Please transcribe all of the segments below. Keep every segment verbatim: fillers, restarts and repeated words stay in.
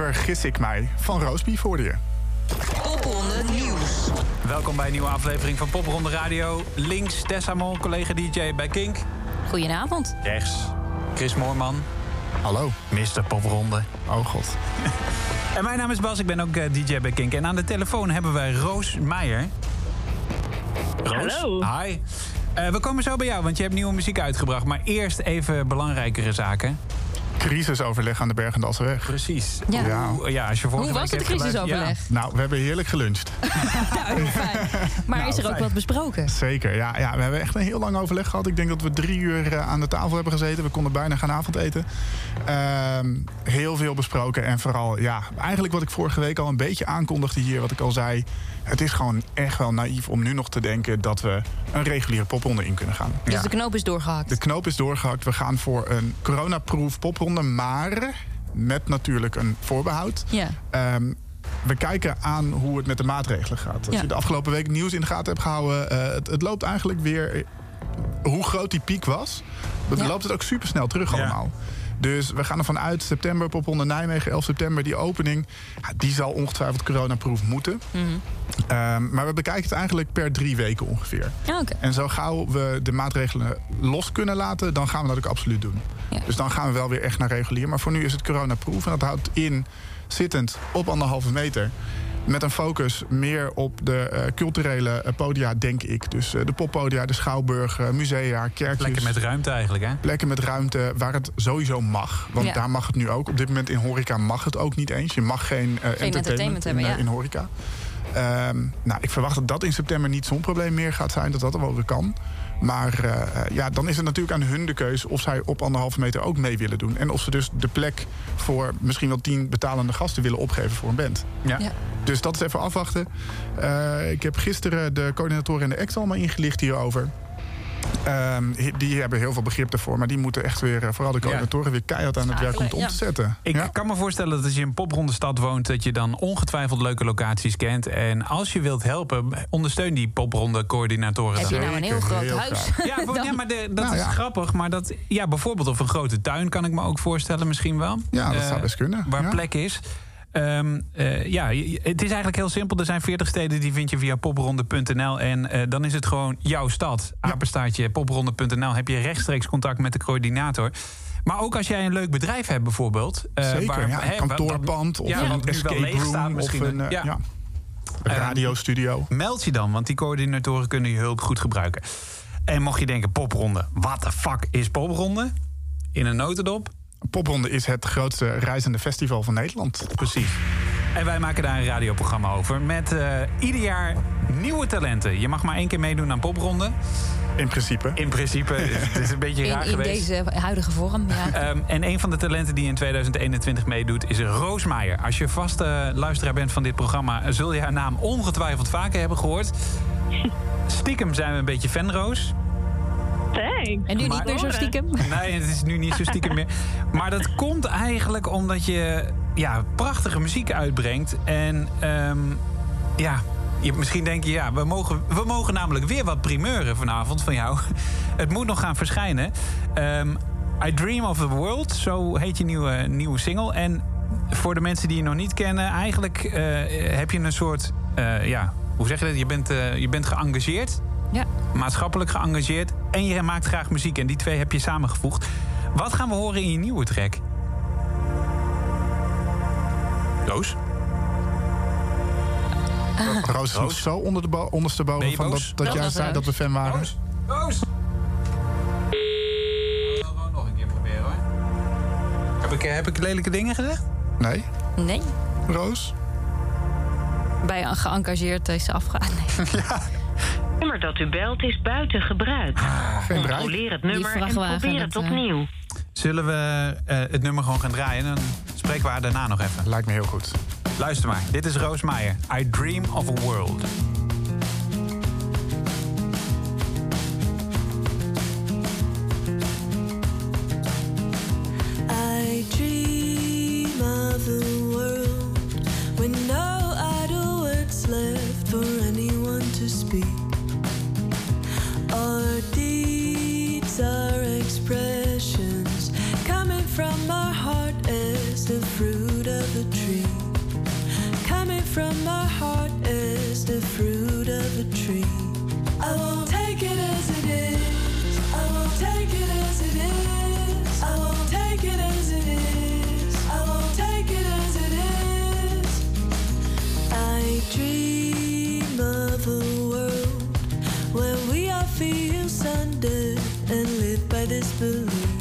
Vergis ik mij van Roosby voor je. Popronde Nieuws. Welkom bij een nieuwe aflevering van Popronde Radio. Links Tessa Mol, collega D J bij Kink. Goedenavond. Rechts Chris Moorman. Hallo. mister Popronde. Oh god. En mijn naam is Bas, ik ben ook uh, D J bij Kink. En aan de telefoon hebben wij Roos Meijer. Roos, hallo. Hi. Uh, we komen zo bij jou, want je hebt nieuwe muziek uitgebracht. Maar eerst even belangrijkere zaken. Crisisoverleg aan de Bergendalseweg. Precies. Ja. Ja. Hoe, ja, als je Hoe was het crisisoverleg? Nou, we hebben heerlijk geluncht. Nou, fijn. Maar Nou, is er ook fijn. wat besproken? Zeker, ja, ja. We hebben echt een heel lang overleg gehad. Ik denk dat we drie uur uh, aan de tafel hebben gezeten. We konden bijna gaan avondeten. Uh, heel veel besproken. En vooral, ja, eigenlijk wat ik vorige week al een beetje aankondigde hier. Wat ik al zei. Het is gewoon echt wel naïef om nu nog te denken dat we een reguliere popronde in kunnen gaan. Dus Ja. de knoop is doorgehakt? De knoop is doorgehakt. We gaan voor een coronaproof popronde. Maar met natuurlijk een voorbehoud. Ja. Um, we kijken aan hoe het met de maatregelen gaat. Als Ja. je de afgelopen week nieuws in de gaten hebt gehouden... Uh, het, het loopt eigenlijk weer... Hoe groot die piek was, Ja. loopt het ook supersnel terug Ja. allemaal. Dus we gaan ervan uit, september, Popronde Nijmegen, elf september... die opening, ja, die zal ongetwijfeld coronaproof moeten. Mm-hmm. Um, maar we bekijken het eigenlijk per drie weken ongeveer. Ja, oké. En zo gauw we de maatregelen los kunnen laten... dan gaan we dat ook absoluut doen. Ja. Dus dan gaan we wel weer echt naar regulier. Maar voor nu is het coronaproof. En dat houdt in zittend op anderhalve meter... met een focus meer op de uh, culturele uh, podia, denk ik. Dus uh, de poppodia, de schouwburg, uh, musea, kerkjes. Plekken met ruimte eigenlijk, hè? Plekken met ruimte waar het sowieso mag. Want Ja. daar mag het nu ook. Op dit moment in horeca mag het ook niet eens. Je mag geen, uh, entertainment, entertainment hebben, in, uh, ja. in horeca. Um, nou, ik verwacht dat dat in september niet zo'n probleem meer gaat zijn. Dat dat er wel weer kan. Maar uh, ja, dan is het natuurlijk aan hun de keus of zij op anderhalve meter ook mee willen doen. En of ze dus de plek voor misschien wel tien betalende gasten willen opgeven voor een band. Ja. Ja. Dus dat is even afwachten. Uh, ik heb gisteren de coördinatoren en de ex allemaal ingelicht hierover. Um, die hebben heel veel begrip daarvoor. Maar die moeten echt weer, uh, vooral de coördinatoren... weer keihard aan het werk om het om Ja. te zetten. Ik Ja. kan me voorstellen dat als je in een popronde stad woont... dat je dan ongetwijfeld leuke locaties kent. En als je wilt helpen, ondersteun die popronde coördinatoren Heb dan. je nou een heel Zeker, groot heel huis? graag. Ja, voor- ja, maar de, dat Nou, is ja. grappig. Maar dat, ja, bijvoorbeeld of een grote tuin kan ik me ook voorstellen misschien wel. Ja, dat Eh, zou best kunnen. Waar Ja. plek is. Um, uh, ja, je- het is eigenlijk heel simpel. Er zijn veertig steden, die vind je via popronde punt n l. En uh, dan is het gewoon jouw stad. Apenstaartje popronde punt n l. Heb je rechtstreeks contact met de coördinator. Maar ook als jij een leuk bedrijf hebt bijvoorbeeld. Uh, Zeker, waar, ja, hè, een kantoorpand of ja, een wat nu wel escape leeg room staat of misschien. een, uh, Ja. ja. een radiostudio. Meld je dan, want die coördinatoren kunnen je hulp goed gebruiken. En mocht je denken, popronde, what the fuck is popronde? In een notendop. Popronde is het grootste reizende festival van Nederland. Precies. En wij maken daar een radioprogramma over met uh, ieder jaar nieuwe talenten. Je mag maar één keer meedoen aan popronde. In principe. In principe, het is een beetje In, raar in geweest. deze huidige vorm, ja. Um, en een van de talenten die in tweeduizend eenentwintig meedoet is Roos Meijer. Als je vaste luisteraar bent van dit programma, zul je haar naam ongetwijfeld vaker hebben gehoord. Stiekem zijn we een beetje fan, Roos. Thanks. En nu Maar- niet meer zo stiekem? Nee, het is nu niet zo stiekem meer. Maar dat komt eigenlijk omdat je ja, prachtige muziek uitbrengt. En um, ja, je, misschien denk je, ja, we mogen, we mogen namelijk weer wat primeuren vanavond van jou. Het moet nog gaan verschijnen. Um, I Dream of the World, zo heet je nieuwe, nieuwe single. En voor de mensen die je nog niet kennen, eigenlijk uh, heb je een soort, uh, ja, hoe zeg je dat? Je bent, uh, je bent geëngageerd. Ja. Maatschappelijk geëngageerd en je maakt graag muziek. En die twee heb je samengevoegd. Wat gaan we horen in je nieuwe track? Roos? Roos is nog Roos? zo onder de bo- ondersteboven Ben je van dat, boos? dat Dat jij was zei Roos. dat we fan waren. Roos? Roos? Ik wil gewoon nog een keer proberen, hoor. Heb ik, heb ik lelijke dingen gezegd? Nee, Nee. Roos? Bij een geëngageerd is ze afgegaan. Nee. Het nummer dat u belt is buiten gebruik. Geen bereik. Controleer het nummer en vrachtwagen, probeer het dat, uh, opnieuw. Zullen we uh, het nummer gewoon gaan draaien? Dan spreken we haar daarna nog even. Lijkt me heel goed. Luister maar, dit is Roos Meijer. I Dream of a World. I dream of a world with no idle words left for anyone to speak. Our deeds, our expressions, coming from our heart as the fruit of a tree. dream of a world where we all feel sundered and live by this belief.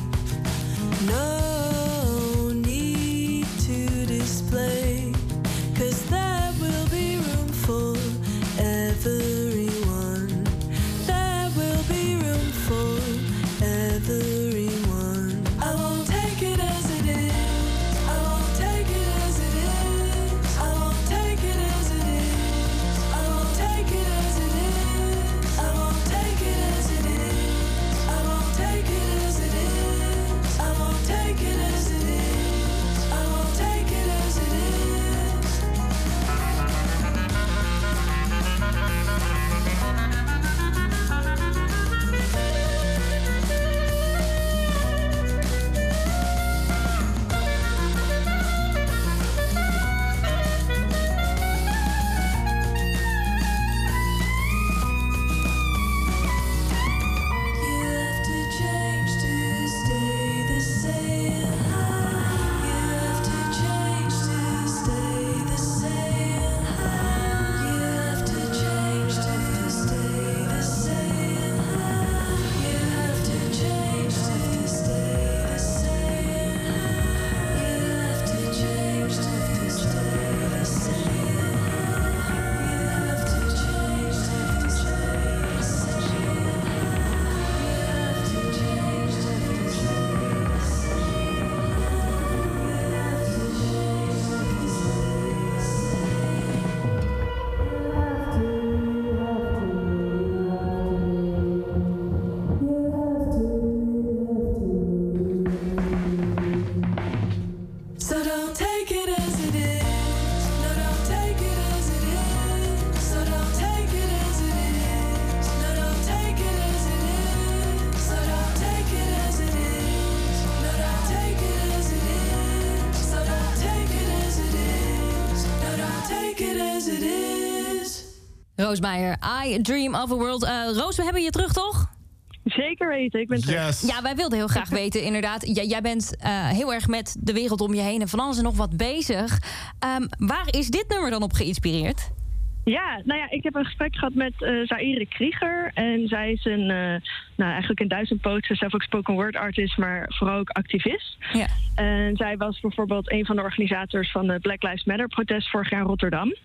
No need to display, 'cause there will be room for everyone. There will be room for everyone. I won't take it as it is. I won't take it as it is. I won't take it as it is. I won't take it as it is. I won't take it as it is. I won't take it as it is. I won't take it as it is. I won't take it as it is. You have to change to stay the same. You have to change to stay the same. You have to change to stay the same. You have to change to stay the same. You have to change to stay the same. You have to change to stay the So don't take it as it is. No, don't take it as it is. So don't take it as it is. No, don't take it as it is. So don't take it as it is. No, don't take it as it is. So don't take it as it is. No, don't take it as it is. Roos Meijer, I Dream of a World. Uh, Roos, we hebben je terug, toch? Zeker weten, ik ben terug. Yes. Ja, wij wilden heel graag weten, inderdaad. J- jij bent uh, heel erg met de wereld om je heen en van alles en nog wat bezig. Um, waar is dit nummer dan op geïnspireerd? Ja, nou ja, ik heb een gesprek gehad met uh, Zaire Krieger. En zij is een, uh, nou eigenlijk een duizendpoot. Ze is zelf ook spoken word artist, maar vooral ook activist. Ja. En zij was bijvoorbeeld een van de organisators van de Black Lives Matter protest vorig jaar in Rotterdam.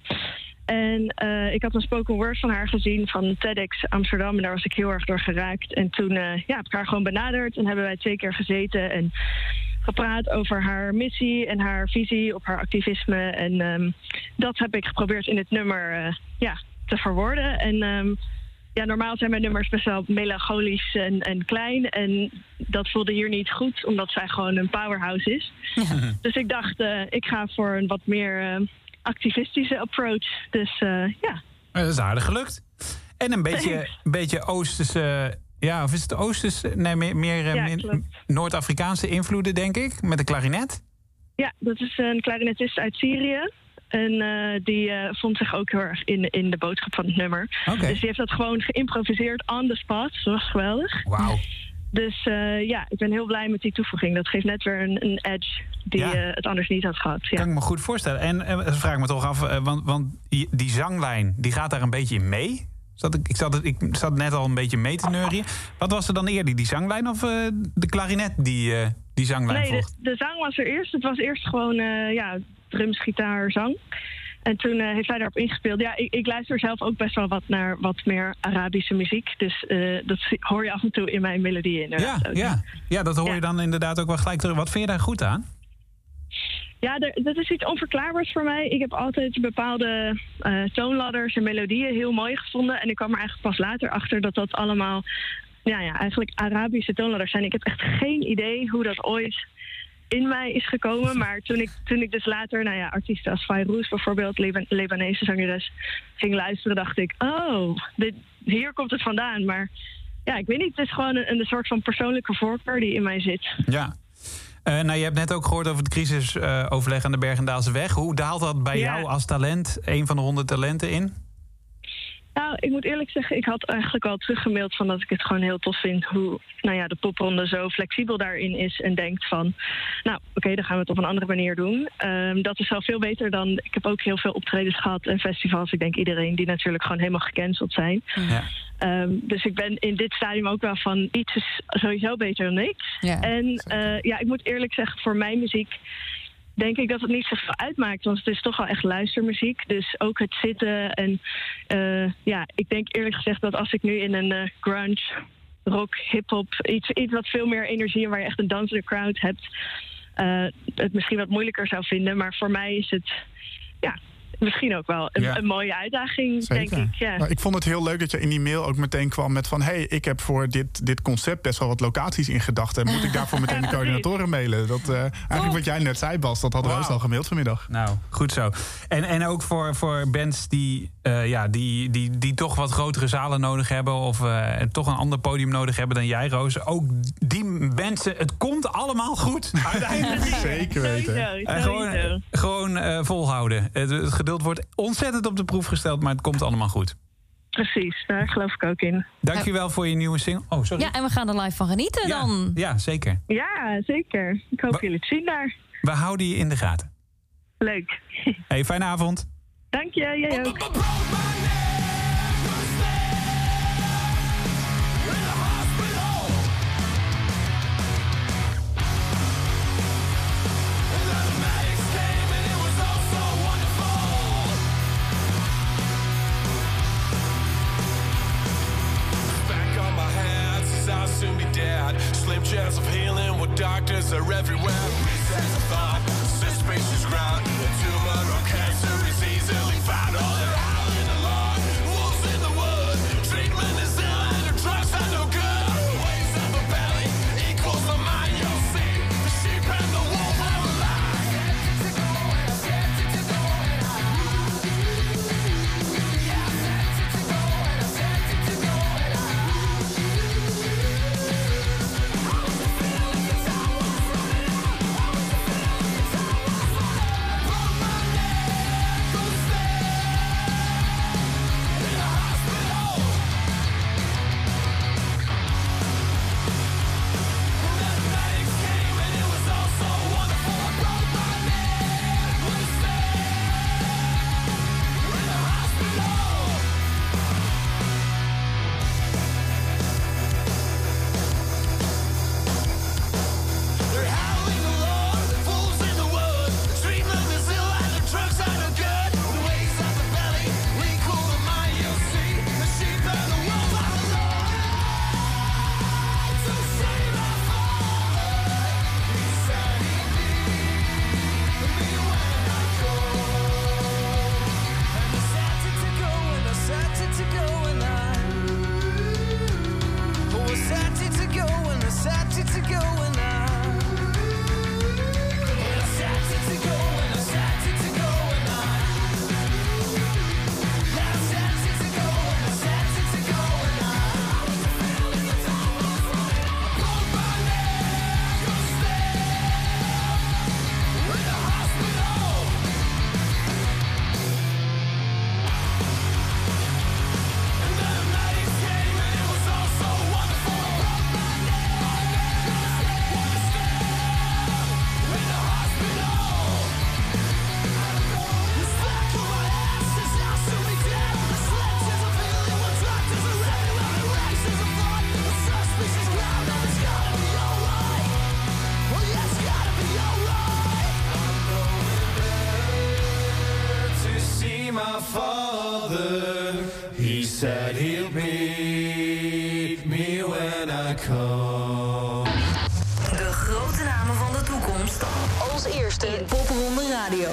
En uh, ik had een spoken word van haar gezien van TEDx Amsterdam. En daar was ik heel erg door geraakt. En toen uh, ja, heb ik haar gewoon benaderd. En hebben wij twee keer gezeten en gepraat over haar missie en haar visie op haar activisme. En um, dat heb ik geprobeerd in het nummer uh, ja, te verwoorden. En um, ja, normaal zijn mijn nummers best wel melancholisch en, en klein. En dat voelde hier niet goed, omdat zij gewoon een powerhouse is. Ja. Dus ik dacht, uh, ik ga voor een wat meer uh, activistische approach. Dus uh, ja. Dat is aardig gelukt. En een beetje, een beetje Oosterse... Ja, of is het Oosters? Nee, meer, meer ja, meer Noord-Afrikaanse invloeden, denk ik, met de klarinet? Ja, dat is een klarinetist uit Syrië. En uh, die uh, vond zich ook heel erg in, in de boodschap van het nummer. Okay. Dus die heeft dat gewoon geïmproviseerd on the spot. Dat was geweldig. Wauw. Dus uh, ja, ik ben heel blij met die toevoeging. Dat geeft net weer een, een edge die ja. uh, het anders niet had gehad. Ja. Kan ik me goed voorstellen. En uh, vraag ik me toch af, uh, want, want die zanglijn, die gaat daar een beetje in mee? Zat ik, ik, zat, ik zat net al een beetje mee te neurien. Wat was er dan eerder, die zanglijn of uh, de klarinet die, uh, die zanglijn nee, volgt? De, de zang was er eerst. Het was eerst gewoon uh, ja, drums, gitaar, zang. En toen uh, heeft hij daarop ingespeeld. Ja, ik, ik luister zelf ook best wel wat naar wat meer Arabische muziek. Dus uh, dat hoor je af en toe in mijn melodieën. Ja, ja. ja, dat hoor ja. je dan inderdaad ook wel gelijk terug. Wat vind je daar goed aan? Ja, er, dat is iets onverklaarbaars voor mij. Ik heb altijd bepaalde uh, toonladders en melodieën heel mooi gevonden. En ik kwam er eigenlijk pas later achter dat dat allemaal ja, ja, eigenlijk Arabische toonladders zijn. Ik heb echt geen idee hoe dat ooit in mij is gekomen. Maar toen ik, toen ik dus later, nou ja, artiesten als Fayrouz bijvoorbeeld, Liban- Libanese zangeres, ging luisteren, dacht ik, oh, dit, hier komt het vandaan. Maar ja, ik weet niet, het is gewoon een, een soort van persoonlijke voorkeur die in mij zit. Ja. Uh, nou, je hebt net ook gehoord over het crisisoverleg uh, aan de Bergendaalse weg. Hoe daalt dat bij ja. jou als talent, een van de honderd talenten, in? Nou, ik moet eerlijk zeggen, ik had eigenlijk al teruggemaild van dat ik het gewoon heel tof vind hoe nou ja, de popronde zo flexibel daarin is en denkt van, nou oké, okay, dan gaan we het op een andere manier doen. Um, dat is wel veel beter dan, ik heb ook heel veel optredens gehad en festivals, ik denk iedereen die natuurlijk gewoon helemaal gecanceld zijn. Ja. Um, dus ik ben in dit stadium ook wel van iets is sowieso beter dan niks. Ja, en uh, ja, ik moet eerlijk zeggen, voor mijn muziek denk ik dat het niet zoveel uitmaakt. Want het is toch wel echt luistermuziek. Dus ook het zitten. En uh, ja, ik denk eerlijk gezegd dat als ik nu in een uh, grunge, rock, hip-hop, iets, iets wat veel meer energie en waar je echt een dansende crowd hebt, uh, het misschien wat moeilijker zou vinden. Maar voor mij is het, ja, misschien ook wel een, Ja. een mooie uitdaging, Zeker. denk ik. Ja. Nou, ik vond het heel leuk dat je in die mail ook meteen kwam met van, hey, ik heb voor dit, dit concept best wel wat locaties in gedachten. Moet ik daarvoor meteen de coördinatoren mailen? Dat, uh, eigenlijk wat jij net zei, Bas, dat hadden we Wauw. Roos al gemaild vanmiddag. Nou, goed zo. En, en ook voor, voor bands die, uh, ja, die, die, die toch wat grotere zalen nodig hebben, of uh, toch een ander podium nodig hebben dan jij, Roos. Ook die mensen, het komt allemaal goed. Uiteindelijk. Zeker weten. Sowieso, En gewoon sowieso. gewoon uh, volhouden. Het, het geduld wordt ontzettend op de proef gesteld, maar het komt allemaal goed. Precies, daar geloof ik ook in. Dankjewel voor je nieuwe single. Oh, sorry. Ja, en we gaan er live van genieten ja, dan. ja, zeker. Ja, zeker. Ik hoop Wa- jullie te zien daar. We houden je in de gaten. Leuk. Hey, fijne avond. Dank je, jij ook. Soon be dead. Slim chance of healing with doctors are everywhere. Recess of thought, suspicious ground. Tumor or cancer is easily found. All they're howling along. Wolves in the wood. Treatment is ill and the drugs are no good. Waves of the belly equals the mind. You'll see the sheep and the wolf are alive. My father, he said he'll meet me when I come. De grote namen van de toekomst. Als eerste in Popronde Radio.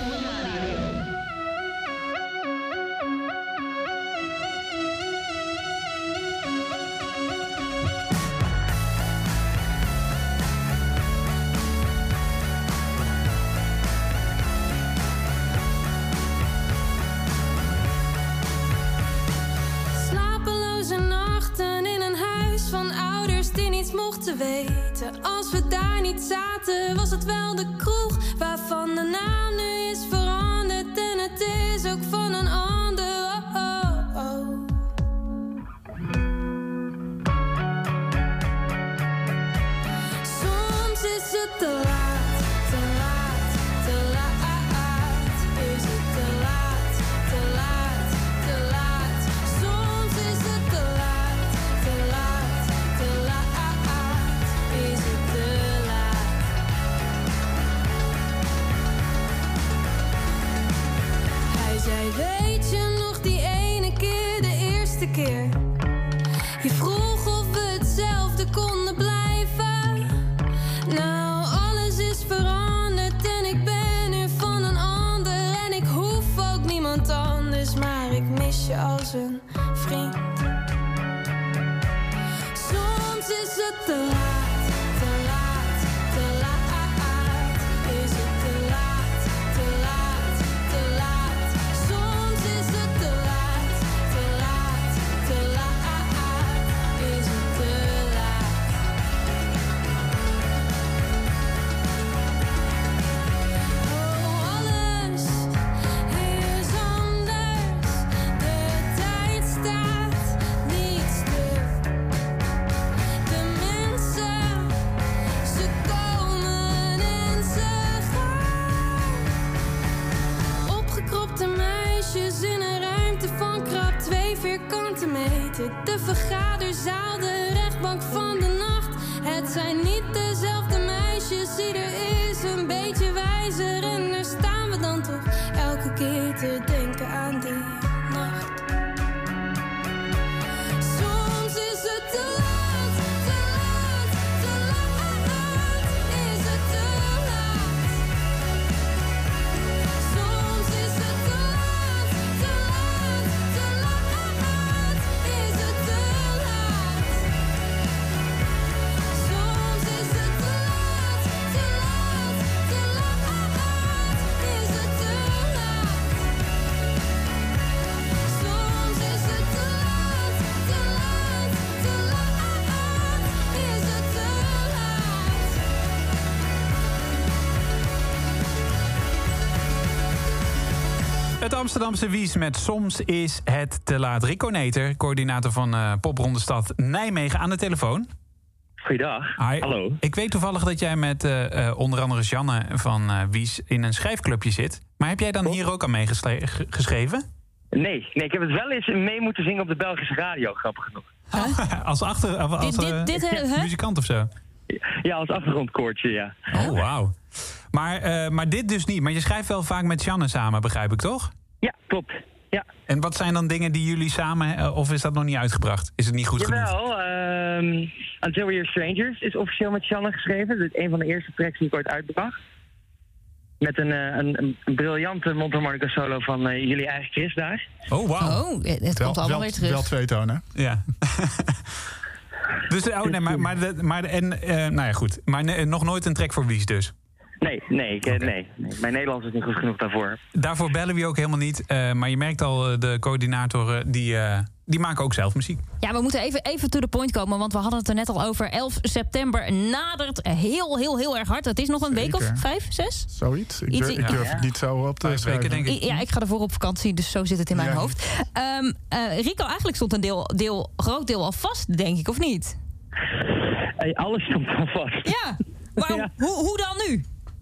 Mochten weten. Als we daar niet zaten, was het wel de kroeg waarvan de naam nu is veranderd en het is ook van een ander. Oh, oh, oh. jij, weet je nog die ene keer, de eerste keer? Je vroeg of we hetzelfde konden blijven. Nou, alles is veranderd en ik ben nu van een ander. En ik hoef ook niemand anders, maar ik mis je als een vriend. Soms is het te laat, te laat, te laat. Is het te laat, te laat, te laat. Soms is het te laat, te laat, te laat. Is het te laat. Oh, alles is anders. De tijd staat niet stil. De mensen, ze komen en ze gaan. Opgekropte meisjes in een ruimte van krap twee vierkante meter. De vergaderzaal, de rechtbank van de nacht. Het zijn niet dezelfde meisjes, ieder is een beetje wijzer. En daar staan we dan toch elke keer te denken aan die nacht. Soms is het te laat, te laat, te laat. Is het te laat? Soms is het te laat, te laat, te laat. Is het te laat? Soms is het te laat, te laat, te laat. Is het te laat? Soms is het te laat, te laat, te laat. Is het te laat? Het Amsterdamse Wies met Soms is het te laat. Rico Neter, coördinator van uh, Popronde Stad Nijmegen, aan de telefoon. Goeiedag. Hi. Hallo. Ik weet toevallig dat jij met uh, uh, onder andere Janne van uh, Wies in een schrijfclubje zit. Maar heb jij dan hier ook aan meegeschreven? Nee, nee, ik heb het wel eens mee moeten zingen op de Belgische radio, grappig genoeg. als achter, als Dit- dit- uh, dit, hè, hè? muzikant of zo? Ja, als achtergrondkoortje, ja. Oh, wauw. Maar, uh, maar dit dus niet. Maar je schrijft wel vaak met Janne samen, begrijp ik toch? Ja, klopt. Ja. En wat zijn dan dingen die jullie samen... uh, of is dat nog niet uitgebracht? Is het niet goed genoeg? Jawel, ehm Until We're Strangers is officieel met Shanna geschreven. Dit is een van de eerste tracks die ik ooit uitbracht. Met een, eh, een, een briljante mondharmonica solo van eh, jullie eigen Chris daar. Oh, wauw. Oh, het komt Wel, allemaal wel, weer terug. wel twee tonen. Ja. dus, oh nee, maar, maar, de, maar de- en, eh, nou ja, goed. Maar ne- nog nooit een track voor Wies dus. Nee, nee, ik, eh, nee, nee. Mijn Nederlands is niet goed genoeg daarvoor. Daarvoor bellen we je ook helemaal niet. eh, maar je merkt al, eh, de coördinatoren, die, eh, die maken ook zelf muziek. Ja, we moeten even, even to the point komen, want we hadden het er net al over. elf september nadert heel, heel, heel erg hard. Het is nog een week Zeker. of vijf, zes? Zoiets. Ik, Iets- durf, ik durf ja. het niet zo op te Vijf schrijven. weken, denk ik. Ja, ik ga ervoor op vakantie, dus zo zit het in mijn Ja. hoofd. Ehm, eh, Rico, eigenlijk stond een deel, deel, groot deel al vast, denk ik, of niet? Hey, alles stond al vast. Ja, maar Ja. Hoe, hoe dan nu?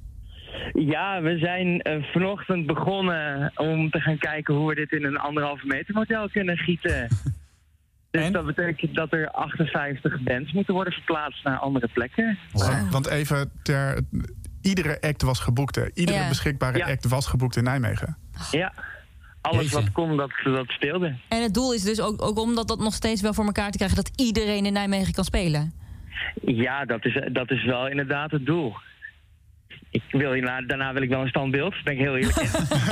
Ja, we zijn eh, vanochtend begonnen om te gaan kijken hoe we dit in een anderhalve meter model kunnen gieten. Dus En? dat betekent dat er achtenvijftig bands moeten worden verplaatst naar andere plekken. Want- Want even ter... Iedere act was geboekt, hè. Iedere Ja. beschikbare Ja. act was geboekt in Nijmegen. Ja, alles Jeetje. wat kon, dat, dat speelde. En het doel is dus ook, ook om dat, dat nog steeds wel voor elkaar te krijgen... dat iedereen in Nijmegen kan spelen. Ja, dat is, dat is wel inderdaad het doel. Ik wil hierna, daarna wil ik wel een standbeeld, daar ben ik heel eerlijk in.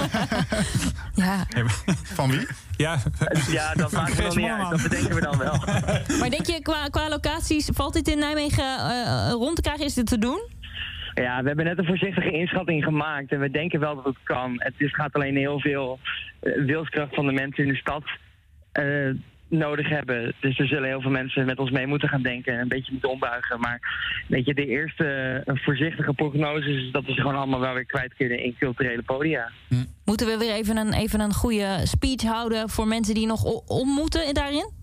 Ja, Van wie? Ja, Ja, dat maakt er nog niet uit, dat bedenken we dan wel. maar denk je qua, qua locaties, valt dit in Nijmegen eh, rond te krijgen? Is dit te doen? Ja, we hebben net een voorzichtige inschatting gemaakt en we denken wel dat het kan. Het is, gaat alleen heel veel uh, wilskracht van de mensen in de stad uh, nodig hebben. Dus er zullen heel veel mensen met ons mee moeten gaan denken en een beetje moeten ombuigen. Maar weet je, de eerste uh, voorzichtige prognose is dat we ze gewoon allemaal wel weer kwijtkeerden in culturele podia. Moeten we weer even een, even een goede speech houden voor mensen die nog o- om moeten daarin?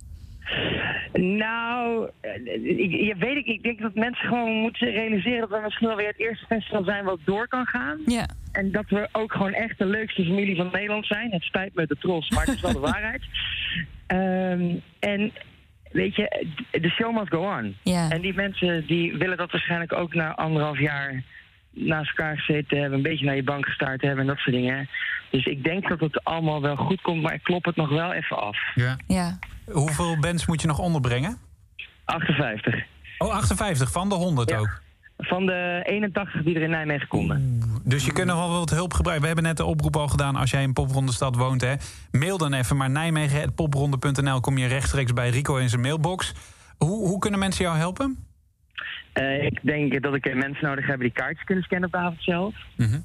Nou, ik, je weet ik, ik denk dat mensen gewoon moeten realiseren dat we misschien wel weer het eerste festival zijn wat door kan gaan. Ja. En dat we ook gewoon echt de leukste familie van Nederland zijn. Het spijt me de tros, maar het is wel de waarheid. Um, en weet je, de show must go on. Ja. En die mensen die willen dat waarschijnlijk ook na anderhalf jaar naast elkaar gezeten hebben, een beetje naar je bank gestaard hebben en dat soort dingen. Dus ik denk dat het allemaal wel goed komt, maar ik klop het nog wel even af. Ja. Ja. Hoeveel bands moet je nog onderbrengen? achtenvijftig. Oh, achtenvijftig van de honderd Ja. ook. Van de eenentachtig die er in Nijmegen konden. Dus je kunt nog wel wat hulp gebruiken. We hebben net de oproep al gedaan als jij in Poprondestad woont. Hè. Mail dan even, maar nijmegen punt popronde punt n l kom je rechtstreeks bij Rico in zijn mailbox. Hoe, hoe kunnen mensen jou helpen? Uh, ik denk dat ik uh, mensen nodig heb die kaartjes kunnen scannen op de avond zelf. Mm-hmm.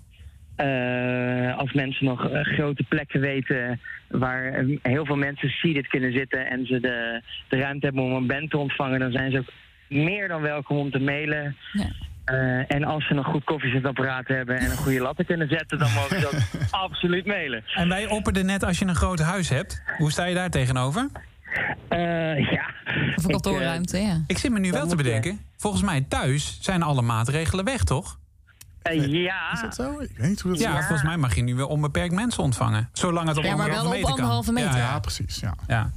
Uh, als mensen nog uh, grote plekken weten waar uh, heel veel mensen seated kunnen zitten en ze de, de ruimte hebben om een band te ontvangen, dan zijn ze ook meer dan welkom om te mailen. Ja. Uh, en als ze een goed koffiezetapparaat hebben en een goede latten kunnen zetten, dan mogen ze ook absoluut mailen. En wij opperden net als je een groot huis hebt. Hoe sta je daar tegenover? Uh, ja. Of een kantoorruimte, ja. Ik zit me nu Dan wel te moet je- bedenken. Volgens mij thuis zijn alle maatregelen weg, toch? Uh, ja. Is dat zo? Ik weet niet hoe dat Ja, is. volgens mij mag je nu weer onbeperkt mensen ontvangen. Zolang het op Ja, maar anderhalve wel op meter kan. anderhalve meter. Ja, Ja, ja. precies. Ja. ja.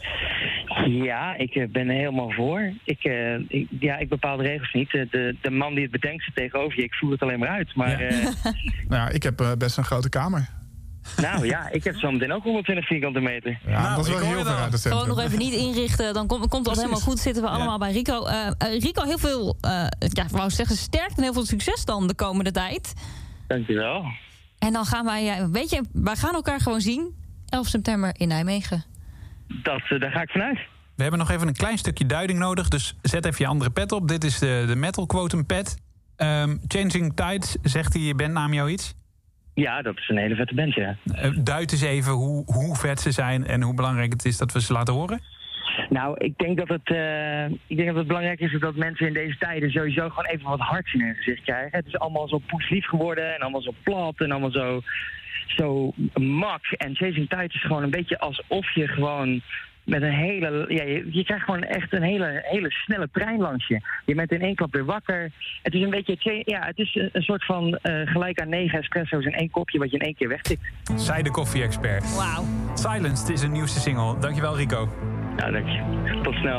Ja, ik uh, ben er helemaal voor. Ik, uh, ik, ja, ik bepaal de regels niet. Uh, de, de man die het bedenkt zit tegenover je. Ik voer het alleen maar uit. Maar Ja. uh, Nou ja, ik heb eh, best een grote kamer. nou ja, ik heb zo meteen ook honderdtwintig vierkante meter. Ja, Nou, dat is ik wel hoor heel het ver al. uit het Gewoon centrum. nog even niet inrichten, dan komt, komt alles helemaal goed. Zitten we allemaal bij Rico. Uh, uh, Rico, heel veel, uh, ja, ik wou zeggen sterkte en heel veel succes dan de komende tijd. Dankjewel. En dan gaan wij, uh, weet je, wij gaan elkaar gewoon zien. elf september in Nijmegen. Dat, uh, daar ga ik vanuit. We hebben nog even een klein stukje duiding nodig. Dus zet even je andere pet op. Dit is de, de metal quotum pet. Um, Changing Tides, zegt die je bandnaam jou iets? Ja, dat is een hele vette band, ja. Uh, duid eens even hoe, hoe vet ze zijn en hoe belangrijk het is dat we ze laten horen. Nou, ik denk dat het, uh, ik denk dat het belangrijk is dat mensen in deze tijden sowieso gewoon even wat harts in hun gezicht krijgen. Het is allemaal zo poeslief geworden en allemaal zo plat en allemaal zo, zo mak. En Chasing Tides is gewoon een beetje alsof je gewoon met een hele, ja, je, je krijgt gewoon echt een hele, hele snelle trein langs je. Je bent in één klap weer wakker. Het is een beetje, ja, het is een, een soort van uh, gelijk aan negen espresso's in één kopje wat je in één keer wegtikt. Zij de koffie-expert. Wauw. Silenced is een nieuwste single. Dankjewel, Rico. Nou, dank je. Tot snel.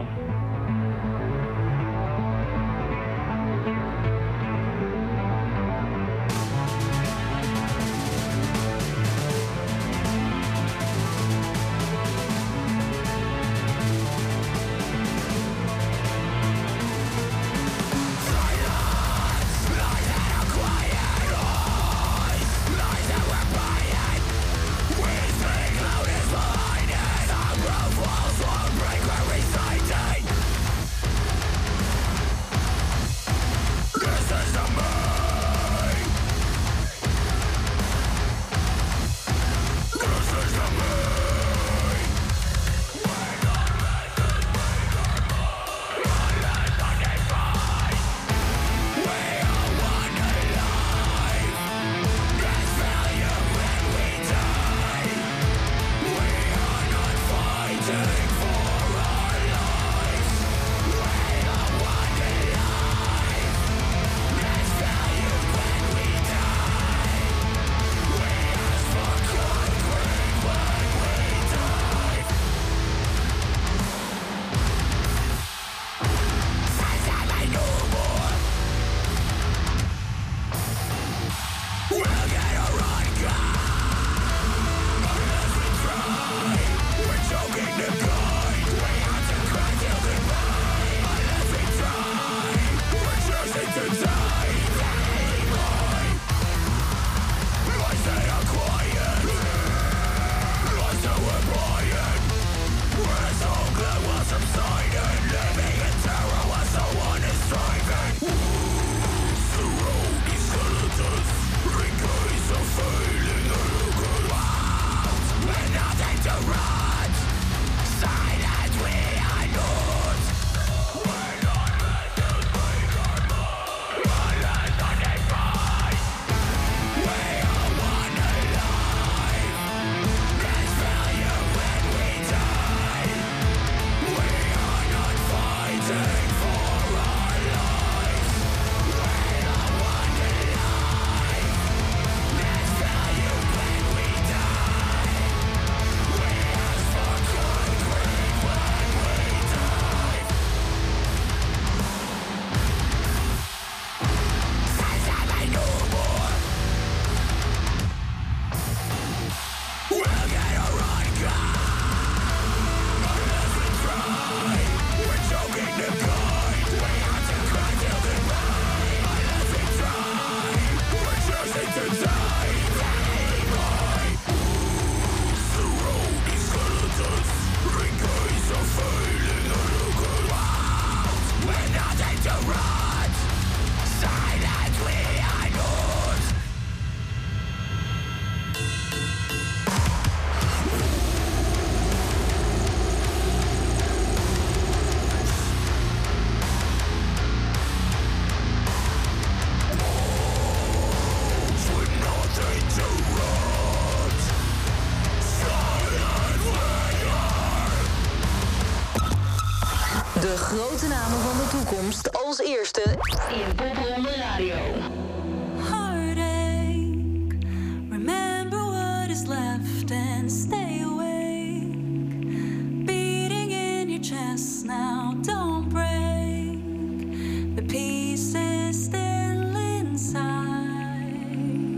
Break where we say De grote namen van de toekomst als eerste in Popronde Radio. Heartache, remember what is left and stay awake. Beating in your chest now, don't break. The peace is still inside.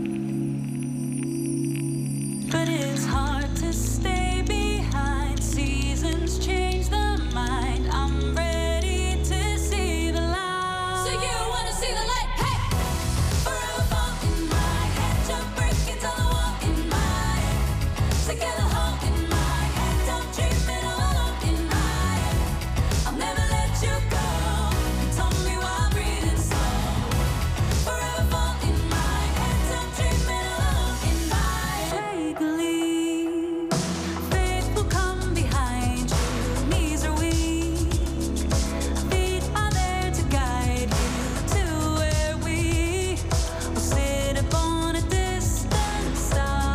But it's hard to stay behind. Seasons change the mind. I'm ready to see the light. So you wanna see the light? Hey! Forever fall in my head. Jump, break it, all the wall in my head. Together, hole in my head. Don't dream it all alone in my head. I'll never let you go. You told me while breathing slow. Forever fall in my head. Don't dream it all alone in my head. Take a leap. Faith will come behind you. Knees are weak. Feet are there to guide you to where we will sit upon a distant star.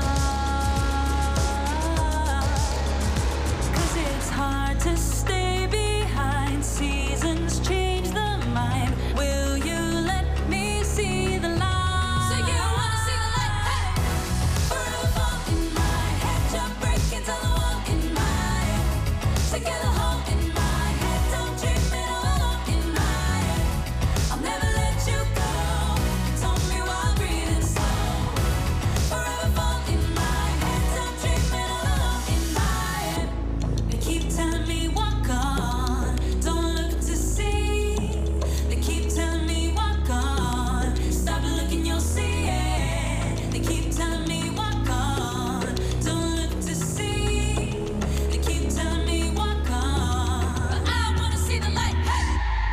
'Cause it's hard to stay behind. Seasons change the mind. Will you let me see the light? So you wanna see the light? Hey! Forever fall in my head. Jump, break it, all the wall in my head. Together, hole in my head. Don't dream it all alone in my head. I'll never let you go. You told me while breathing slow. Forever fall in my head. Don't dream it all alone in my head. They keep telling me walk on, don't look to see. They keep telling me walk on, stop looking, you'll see it. They keep telling me walk on, don't look to see. They keep telling me walk on, but I wanna see the light. Hey!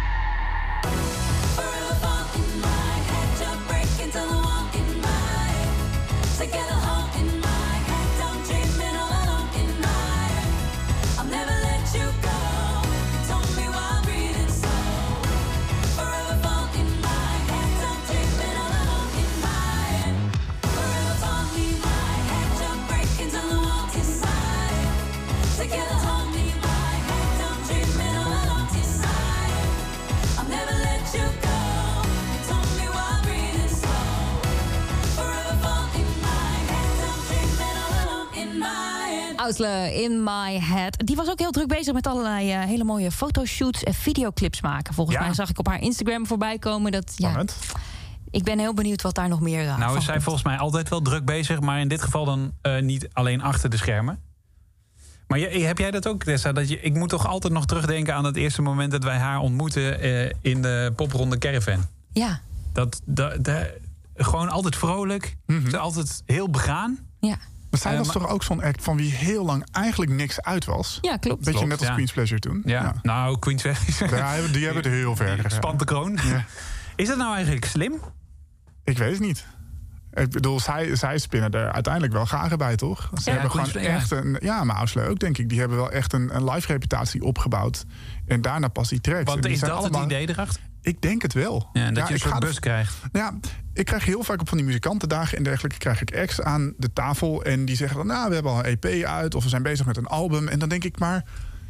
Forever fall in my head, jump, break into the wall in my head. Together, hole in my head, don't dream it all alone in my head. I'll never let you go. You told me while breathing slow. Forever fall in my head, don't dream it all alone in my head. Forever fall in my head, jump, break into the wall inside. Together, hold me my head, don't dream it all alone inside. I'll never let you go. You told me while breathing slow. Forever fall in my head, don't dream it all alone in my head. Ousle, In My Head. Die was ook heel druk bezig met allerlei eh, hele mooie fotoshoots en videoclips maken. Volgens Ja. mij zag ik op haar Instagram voorbij komen. Dat, ja, Moment. ik ben heel benieuwd wat daar nog meer uh, Nou, van is zij komt. volgens mij altijd wel druk bezig, maar in dit geval dan eh, niet alleen achter de schermen. Maar je, heb jij dat ook, Tessa? Dat je, ik moet toch altijd nog terugdenken aan het eerste moment dat wij haar ontmoeten eh, in de popronde Caravan. Ja, Dat, dat, dat- gewoon altijd vrolijk, Mhm. altijd heel begaan. ja. Maar zij Eh, was maar- toch ook zo'n act van wie heel lang eigenlijk niks uit was? Ja, klopt. Beetje Klopt, net als ja. Queen's Pleasure toen. Ja. Nou, Queen's weg. Ja, die hebben het heel ver. gegaan. Spant de kroon. Ja. Is dat nou eigenlijk slim? Ik weet het niet. Ik bedoel, zij, zij spinnen er uiteindelijk wel graag bij, toch? Ze Ja, hebben gewoon Queen's- ja. echt een... Ja, maar Ousle ook, denk ik. Die hebben wel echt een, een live reputatie opgebouwd. En daarna pas die tracks. En Want die is zijn dat allemaal- het idee erachter? Ik denk het wel. Ja, en dat je een ik soort ga er- bus krijgt. Ja, ik krijg heel vaak op van die muzikantendagen en dergelijke... krijg ik acts aan de tafel en die zeggen dan... nou, we hebben al een E P uit of we zijn bezig met een album. En dan denk ik maar...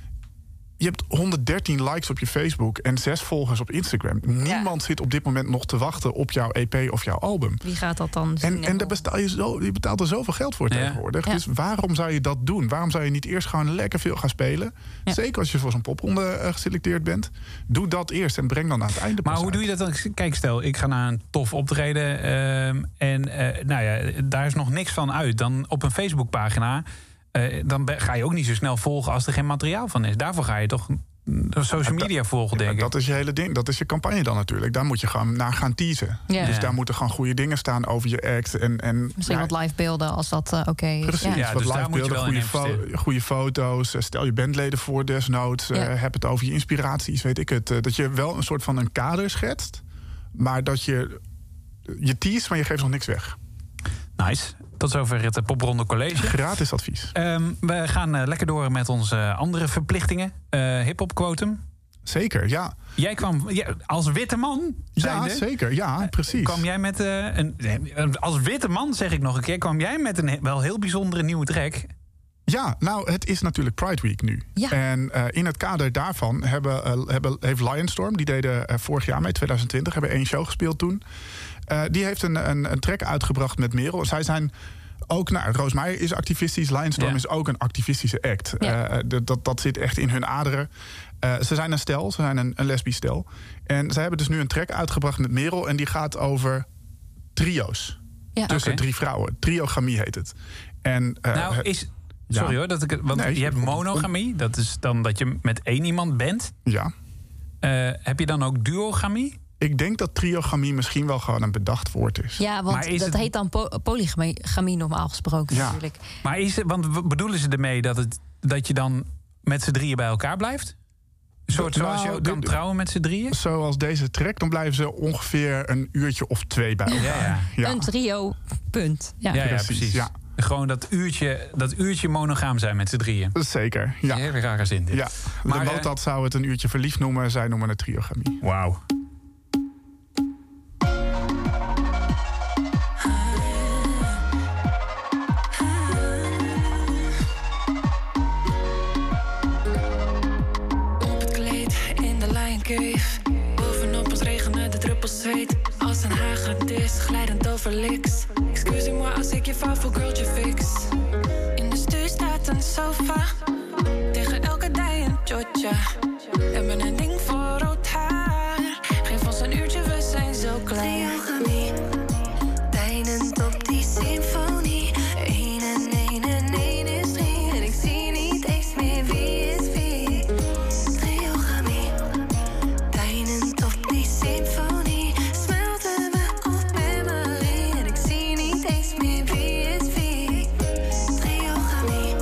je hebt honderddertien likes op je Facebook en zes volgers op Instagram. Niemand zit op dit moment nog te wachten op jouw E P of jouw album. Wie gaat dat dan zien? En, en daar betaal je, zo, je betaalt er zoveel geld voor Ja. tegenwoordig. Ja. Dus waarom zou je dat doen? Waarom zou je niet eerst gewoon lekker veel gaan spelen? Ja. Zeker als je voor zo'n popronde eh, geselecteerd bent. Doe dat eerst en breng dan aan het einde Maar pas hoe uit. doe je dat dan? Kijk, stel, ik ga naar een tof optreden ehm, en eh, nou ja, daar is nog niks van uit. Dan op een Facebookpagina, eh, dan be- ga je ook niet zo snel volgen als er geen materiaal van is. Daarvoor ga je toch social media volgen, denk ik. Dat is je hele ding. Dat is je campagne dan natuurlijk. Daar moet je gewoon naar gaan teasen. Ja. Dus Ja. daar moeten gewoon goede dingen staan over je act. En, en, Misschien ja, wat live beelden als dat uh, oké is. Precies, Ja. wat dus daar live moet je beelden, wel in goede, fo- investeren. goede foto's. Uh, Stel je bandleden voor desnoods. Uh, Ja. Heb het over je inspiraties, weet ik het. Uh, dat je wel een soort van een kader schetst. Maar dat je je tease, maar je geeft nog niks weg. Nice. Tot zover het uh, Popronde College. Gratis advies. Um, we gaan uh, lekker door met onze andere verplichtingen. Uh, Hip-hop quotum. Zeker, ja. Jij kwam ja, als witte man. Ja, zijnde, zeker. Ja, precies. Kwam jij met uh, een. nee, Als witte man, zeg ik nog een keer, kwam jij met een he- wel heel bijzondere nieuwe track. Ja, nou, het is natuurlijk Pride Week nu. Ja. En uh, in het kader daarvan hebben, uh, hebben, heeft Lionstorm, die deden uh, vorig jaar mee, twintig twintig, hebben één show gespeeld toen. Uh, die heeft een, een, een track uitgebracht met Merel. Zij zijn ook, nou, Roos Meijer is activistisch, Lionstorm Ja. is ook een activistische act. Ja. Uh, d- dat, dat zit echt in hun aderen. Uh, ze zijn een stel, ze zijn een, een lesbisch stel. En zij hebben dus nu een track uitgebracht met Merel en die gaat over trio's. Ja. Tussen Oké. drie vrouwen. Triogamie heet het. En, uh, Nou, het- is. Sorry Ja. hoor, dat ik, het- want Nee, je hebt monogamie. Dat is dan dat je met één iemand bent. ja. Uh, heb je dan ook duogamie? Ik denk dat triogamie misschien wel gewoon een bedacht woord is. Ja, want Maar is dat het- heet dan po- polygamie normaal gesproken Ja. natuurlijk. Maar is het, want w- bedoelen ze ermee dat, het, dat je dan met z'n drieën bij elkaar blijft? Een soort Nou, zoals je ook dit- kan trouwen met z'n drieën? Zoals deze track, dan blijven ze ongeveer een uurtje of twee bij elkaar. Ja, ja. Een trio, punt. Ja. Ja, ja, precies, precies. ja. Gewoon dat uurtje, dat uurtje monogaam zijn met z'n drieën. Zeker, ja. Heel rare zin dit. ja. Maar, de eh, Motad zou het een uurtje verliefd noemen. Zij noemen het triogamie. Wauw. Op het kleed in de Lion Cave. Bovenop ons regenen de druppels zweet. Als een hagedis, glijdend over liks. Excuse-moi als ik je favo girltje fix. In de stuur staat een sofa. Tegen elke dij een chocha. Hebben een ding voor rood haar. Geef ons een uurtje, we zijn zo klein. Triogamie, deinend op die symfonie. Eén en één en één is drie. En ik zie niet eens meer wie is wie. Triogamie, deinend op die symfonie. Smelten we op memory. En ik zie niet eens meer wie is wie. Triogamie.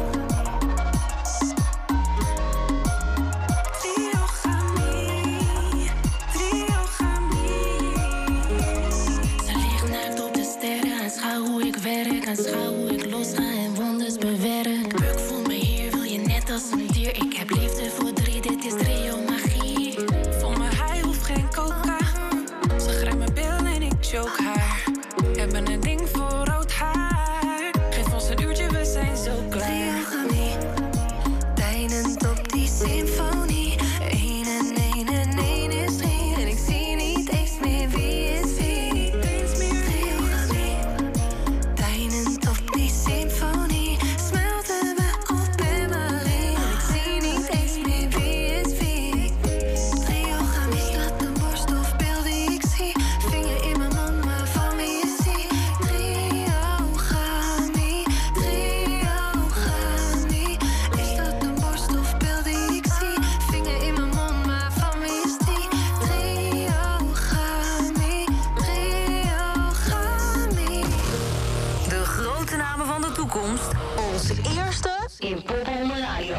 Triogamie, triogamie. Ze ligt naakt op de sterren. En schouw hoe ik werk. En schouw hoe ik losga en wonders bewerk. Ik voel me hier, wil je net als een dier. Ik heb liefde voor drie, dit is trio magie. Voor me hij hoeft geen coca. Ze grijpt mijn bil en ik choke haar. Hebben een ding voor rood haar. Geef ons een uurtje, we zijn zo klein. Triogamie, deinend op die symfonie. Eén en één en één is drie. En ik zie niet eens meer wie is wie. Triogamie, deinend op die symfonie. Smelten we op memory. En ik zie niet eens meer wie is wie. Triogamie, staat een borst of beeld die ik zie. Vinger in mijn mond, maar van wie is die? Triogamie, triogamie. Is dat een borst of beeld die ik zie? Vinger in mijn mond, maar van wie is die? Triogamie, triogamie. De grote namen van de toekomst. Onze eerste in Popronde Radio.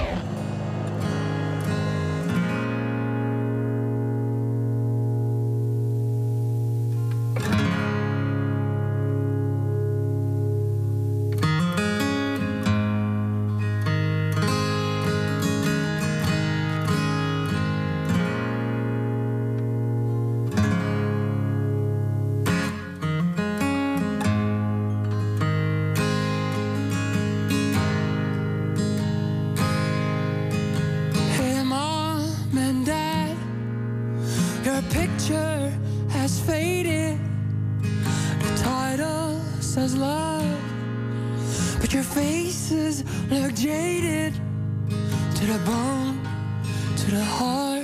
Hey mom and dad, your picture has faded. The title says love, but your faces look jaded. To the bone, to the heart,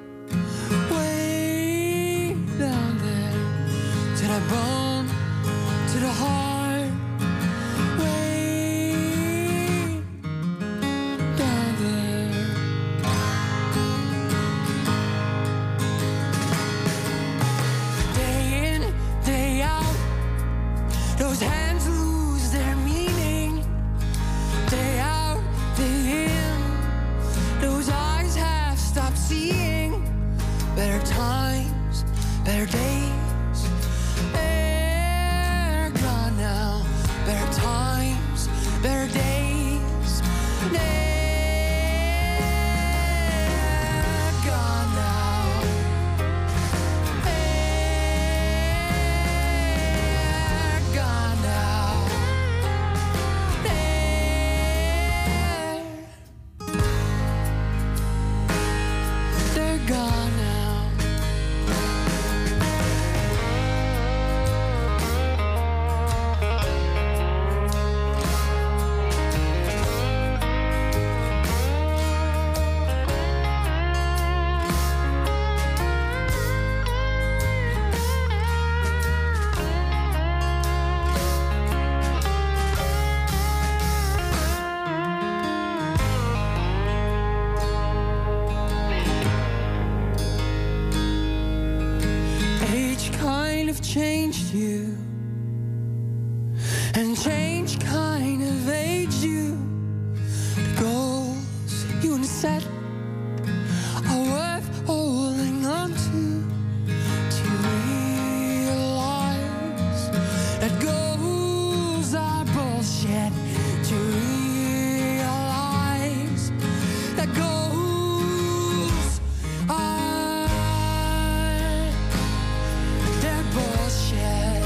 way down there. To the bone, to the heart, way down there. changed you, and change kind of aged you. The goals you set are worth holding on to. To realize that goals are bullshit. To realize that goals are they're bullshit.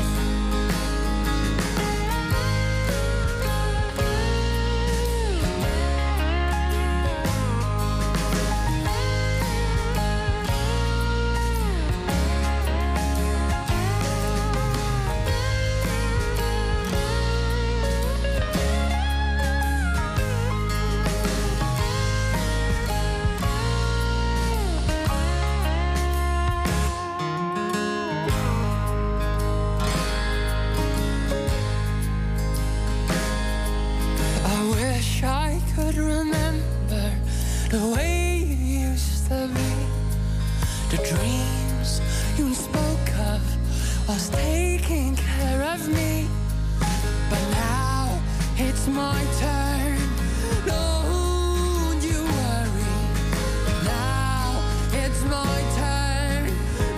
I wish I could remember the way you used to be. The dreams you spoke of was taking care of me. But now it's my turn. Don't you worry. Now it's my turn.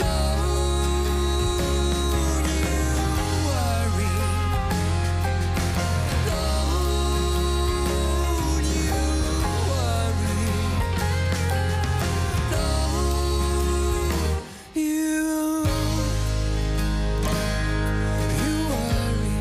Don't you worry. Don't you worry. Don't you, you worry.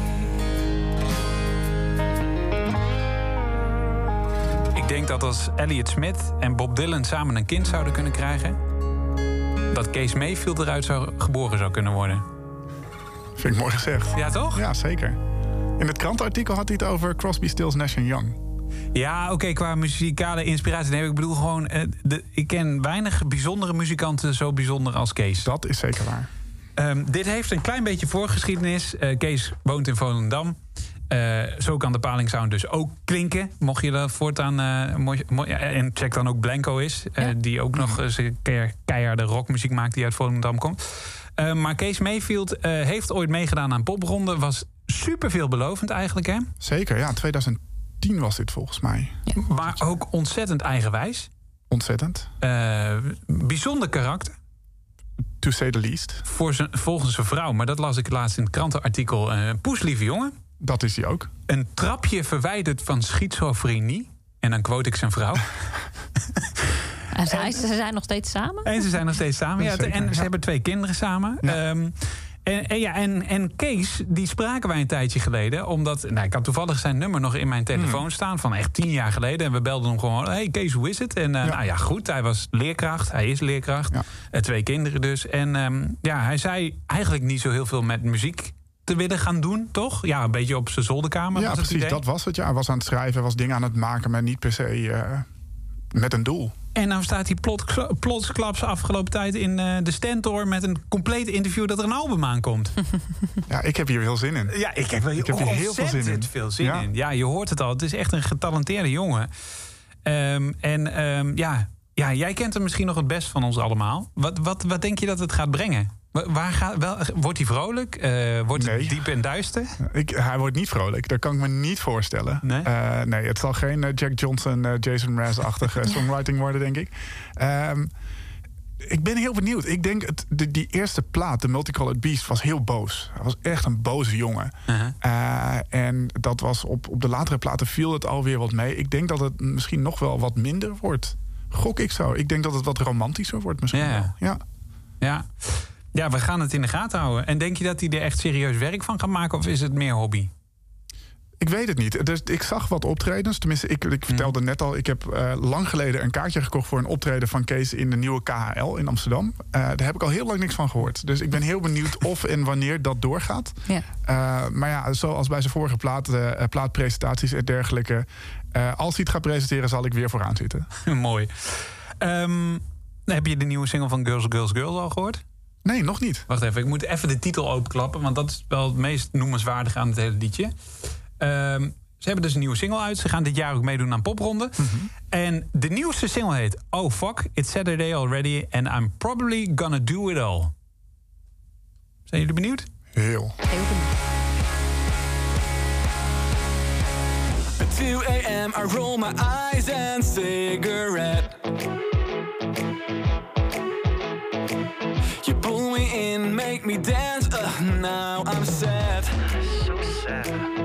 Ik denk dat als Elliott Smith en Bob Dylan samen een kind zouden kunnen krijgen, dat Kees Mayfield eruit zou, geboren zou kunnen worden. Vind ik mooi gezegd. Ja, toch? Ja, zeker. In het krantenartikel had hij het over Crosby, Stills, Nash en Young. Ja, oké, qua muzikale inspiratie. Nee, ik bedoel gewoon, eh, de, ik ken weinig bijzondere muzikanten zo bijzonder als Kees. Dat is zeker waar. Ehm, dit heeft een klein beetje voorgeschiedenis. Eh, Kees woont in Volendam. Eh, zo kan de Palingsound dus ook klinken. Mocht je dat voortaan... eh, mooi, mooi- ja, en check dan ook Blanco is. eh, Ja. Die ook nog eens een keer keiharde rockmuziek maakt die uit Volendam komt. Eh, maar Kees Mayfield eh, heeft ooit meegedaan aan popronde. Was super veelbelovend eigenlijk, hè? Zeker, ja. twintig tien was dit volgens mij. Maar ook ontzettend eigenwijs. Ontzettend. Eh, bijzonder karakter. To say the least. Voor zijn, volgens zijn vrouw, maar dat las ik laatst in het krantenartikel. Een uh, poeslieve jongen. Dat is hij ook. Een trapje verwijderd van schizofrenie. En dan quote ik zijn vrouw. En zij, ze zijn nog steeds samen? En ze zijn nog steeds samen. Ja, Zeker, en ze ja. hebben twee kinderen samen. Ja. Ehm, en, en, ja, en, en Kees, die spraken wij een tijdje geleden. Omdat, nou, ik had toevallig zijn nummer nog in mijn telefoon Hmm. staan. Van echt tien jaar geleden. En we belden hem gewoon. Hey Kees, hoe is het? En uh, Ja. nou ja, goed. Hij was leerkracht. Hij is leerkracht. Ja. Uh, twee kinderen dus. En ehm, ja, hij zei eigenlijk niet zo heel veel met muziek te willen gaan doen, toch? Ja, een beetje op zijn zolderkamer. Ja, was het precies. idee. Dat was het. Ja. Hij was aan het schrijven, was dingen aan het maken, maar niet per se eh, met een doel. En nou staat hij plots, plotsklaps afgelopen tijd in uh, de Stentor met een compleet interview dat er een album aankomt. Ja, ik heb hier heel zin in. Ja, ik heb er Ik heb hier heel veel zin in. veel zin Ja. in. Ja, je hoort het al. Het is echt een getalenteerde jongen. Ehm, en ehm, ja, ja, jij kent hem misschien nog het best van ons allemaal. Wat, wat, wat denk je dat het gaat brengen? Wa- Waar gaat, wel, wordt hij vrolijk? Eh, wordt Nee. het diep en duister? Ik, hij wordt niet vrolijk. Dat kan ik me niet voorstellen. Nee? Eh, nee, het zal geen eh, Jack Johnson, eh, Jason Mraz-achtige songwriting worden, denk ik. Ehm, ik ben heel benieuwd. Ik denk, het, de, die eerste plaat, The Multicolored Beast, was heel boos. Hij was echt een boze jongen. Uh-huh. Eh, en dat was op, op de latere platen viel het alweer wat mee. Ik denk dat het misschien nog wel wat minder wordt. Gok ik zo. Ik denk dat het wat romantischer wordt misschien Ja. wel. Ja. Ja. Ja, we gaan het in de gaten houden. En denk je dat hij er echt serieus werk van gaat maken? Of is het meer hobby? Ik weet het niet. Dus ik zag wat optredens. Tenminste, ik, ik vertelde net al... ik heb uh, lang geleden een kaartje gekocht voor een optreden van Kees in de nieuwe K H L in Amsterdam. Uh, daar heb ik al heel lang niks van gehoord. Dus ik ben heel benieuwd of en wanneer dat doorgaat. Ja. Uh, maar ja, zoals bij zijn vorige plaat, uh, plaatpresentaties en dergelijke... Uh, als hij het gaat presenteren, zal ik weer vooraan zitten. Mooi. Um, heb je de nieuwe single van Girls, Girls, Girls al gehoord? Nee, nog niet. Wacht even, ik moet even de titel openklappen... want dat is wel het meest noemenswaardige aan het hele liedje. Um, ze hebben dus een nieuwe single uit. Ze gaan dit jaar ook meedoen aan popronde. Mm-hmm. En de nieuwste single heet... Oh fuck, it's Saturday already... and I'm probably gonna do it all. Zijn jullie benieuwd? Heel. Heel benieuwd. At two a.m. I roll my eyes and cigarette. You pull me in, make me dance. Uh, now I'm sad. So sad.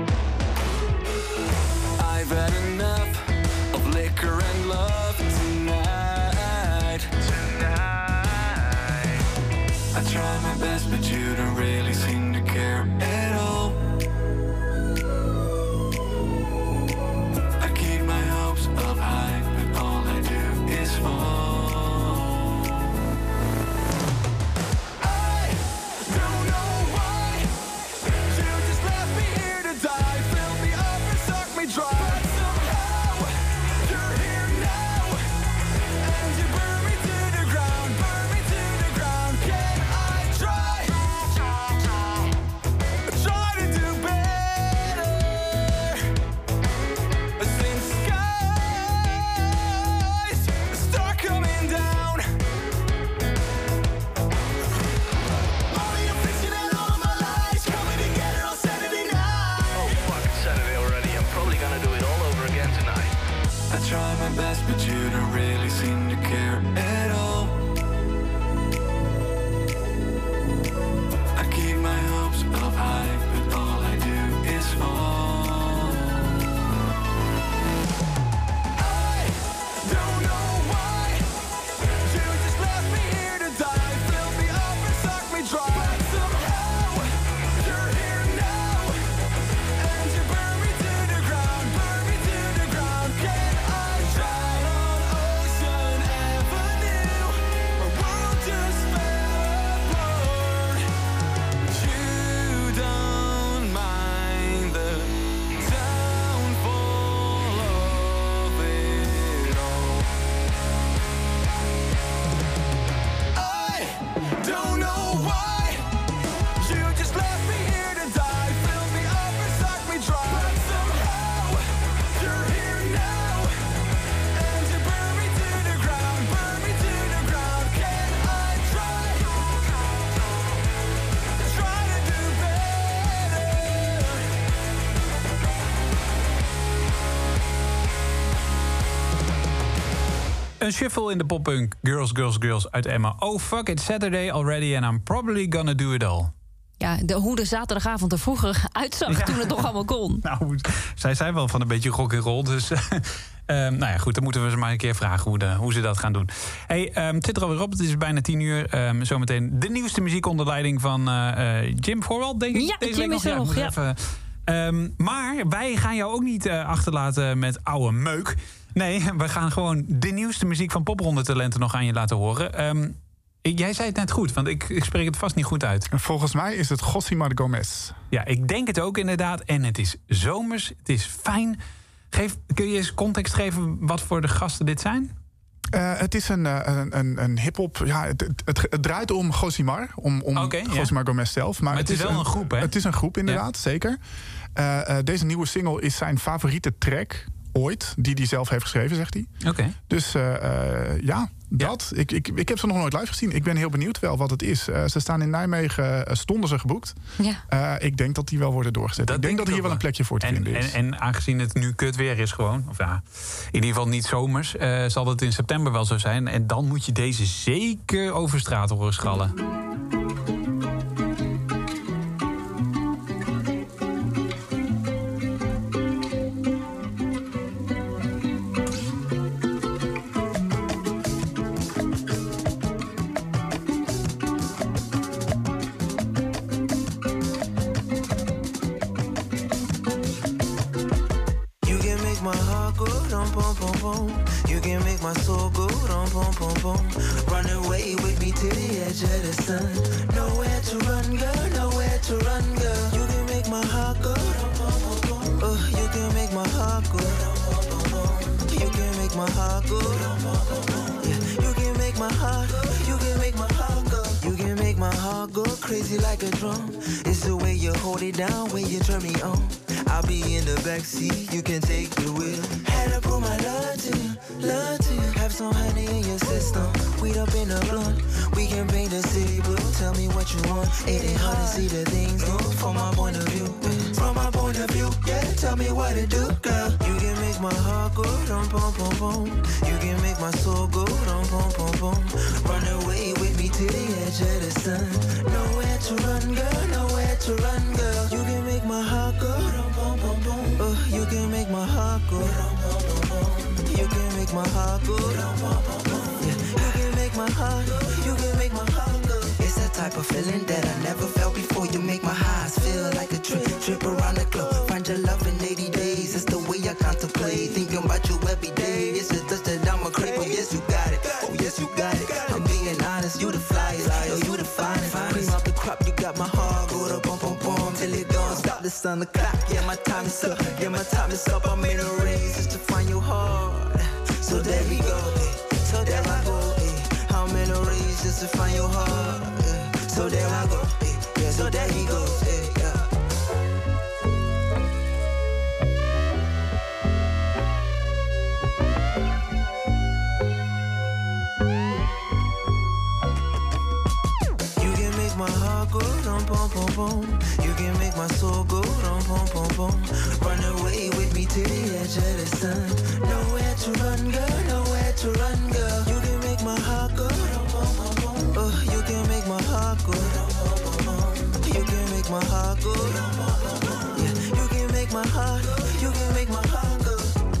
I've had enough of liquor and love tonight. Tonight. I try my best, but you don't really seem to care at all. I keep my hopes up high, but all I do is fall. I don't know why you just left me here to die. Fill me up and suck me dry. But somehow you're here now, and you burn me to the ground, burn me to the ground. Can I try? Try to do better. Since skies start coming down. All of your fiction and all my lies coming together on Saturday night. Oh fuck, it's Saturday already. I'm probably gonna do it all over again tonight. I try my best, but you don't really seem to care at all. I keep my hopes up high, but all I do is fall. I don't know why you just left me here to die. Fill me up and suck me dry. But somehow you're here now, and you burn me to the ground, burn me to the ground. Can I try on Ocean Avenue? My world just fell apart. You don't mind the downfall of it all. I don't know why you just left me here to die. Fill me up and suck me dry. But somehow you're here now, and you burn me to the ground, burn me to the ground. Can I try? Try to do better. Een shuffle in de poppunk. Girls, girls, girls uit Emma. Oh fuck, it's Saturday already and I'm probably gonna do it all. Ja, de, hoe de zaterdagavond er vroeger uitzag toen het nog allemaal kon. Nou, zij zijn wel van een beetje rock and roll, dus... eh, nou ja, goed, dan moeten we ze maar een keer vragen hoe, de, hoe ze dat gaan doen. Hey, um, het zit er alweer op, het is bijna tien uur. Um, zometeen de nieuwste muziek onder leiding van uh, uh, Jim Voorwald, denk ik. Ja, Deze Jim week is er Ja, nog, moet ja. even, um, maar wij gaan jou ook niet uh, achterlaten met oude meuk. Nee, we gaan gewoon de nieuwste muziek van Popronde Talenten nog aan je laten horen. Um, ik- jij zei het net goed, want ik, ik spreek het vast niet goed uit. Volgens mij is het Josimar Gomez. Ja, ik denk het ook inderdaad. En het is zomers, het is fijn. Geef, kun je eens context geven wat voor de gasten dit zijn? Uh, het is een, uh, een, een, een hip-hop. Ja, het, het, het, het draait om Josimar, om, om Oké, ja. Josimar Gomez zelf. Maar het is wel een groep, hè? Het is een groep, inderdaad, zeker. Uh, uh, deze nieuwe single is zijn favoriete track ooit, die hij zelf heeft geschreven, zegt hij. Oké. Dus uh, uh, ja, dat. Ik, ik, ik heb ze nog nooit live gezien. Ik ben heel benieuwd wel wat het is. Uh, ze staan in Nijmegen, uh, stonden ze geboekt. Ja. Uh, ik denk dat die wel worden doorgezet. Dat ik denk denk dat ik hier ook wel een wel. plekje voor te En, vinden is. en, en aangezien het nu kut weer is gewoon, of ja, in ieder geval niet zomers, uh, zal het in september wel zo zijn. En dan moet je deze zeker over straat horen schallen. You can make my heart go dum pum pum pum. You can make my soul go dum pum pum pum. Run away with me to the edge of the sun. Nowhere to run, girl, nowhere to run, girl. You can make my heart go dum pum pum pum. Oh, you can make my heart go dum pum pum pum. You can make my heart go dum pum pum pum. Yeah, you can make my heart, you can make my heart go. You can make my heart go crazy like a drum. It's the way you hold it down, when you turn me on. I'll be in the backseat, you can take the wheel. Had to put my love to you, love to you. Have some honey in your system. Weed up in the blunt. We can paint the city blue. Tell me what you want. It ain't hard to see the things new from my point of view. From my point of view, yeah. Tell me what to do, girl. You can make my heart go dum pum pum pum. You can make my soul go dum pum pum pum. Run away with me to the edge of the sun. Nowhere to run, girl. Nowhere to run, girl. You can make my heart go dum pum pum pum. Oh, you can make my heart go dum pum pum pum. You can make my heart go dum pum pum pum. Yeah, you can make my heart. You can make my heart go. It's that type of feeling that I never felt before. You make my highs feel like a trip, trip around the globe. Find your love in eighty days. It's the way I contemplate, thinking about you every day. It's just that I'm a creep. Oh yes, you got it. Oh yes, you got it. I'm being honest. You the flyest. Oh, you the finest. Cream off the crop. You got my heart. Go to bum bum bum till it don't stop. The sun, the clock. Yeah, my time is up. Yeah, my time is up. I made a race just to find your heart. So there we go. eh. So there I go. eh. I'm in a race just to find your heart. eh. So there I go. eh. Yeah, so there he goes. eh, Yeah. You can make my heart go dum pum pum pum. You can make my soul go dum pum pum pum. Run away with me to the edge of the sun. Nowhere to run, girl. Nowhere to run, girl. You can make my heart go dum pum pum pum. Oh, you can make my heart go dum pum pum pum. You can make my heart go dum pum pum pum. Yeah, you can make my heart. You can make my heart go.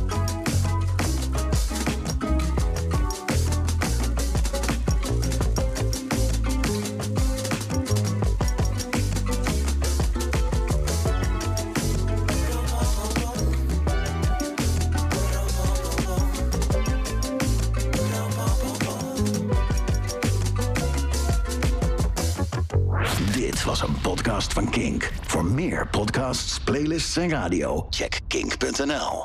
Dit was een podcast van Kink. Voor meer podcasts, playlists en radio, check kink punt n l.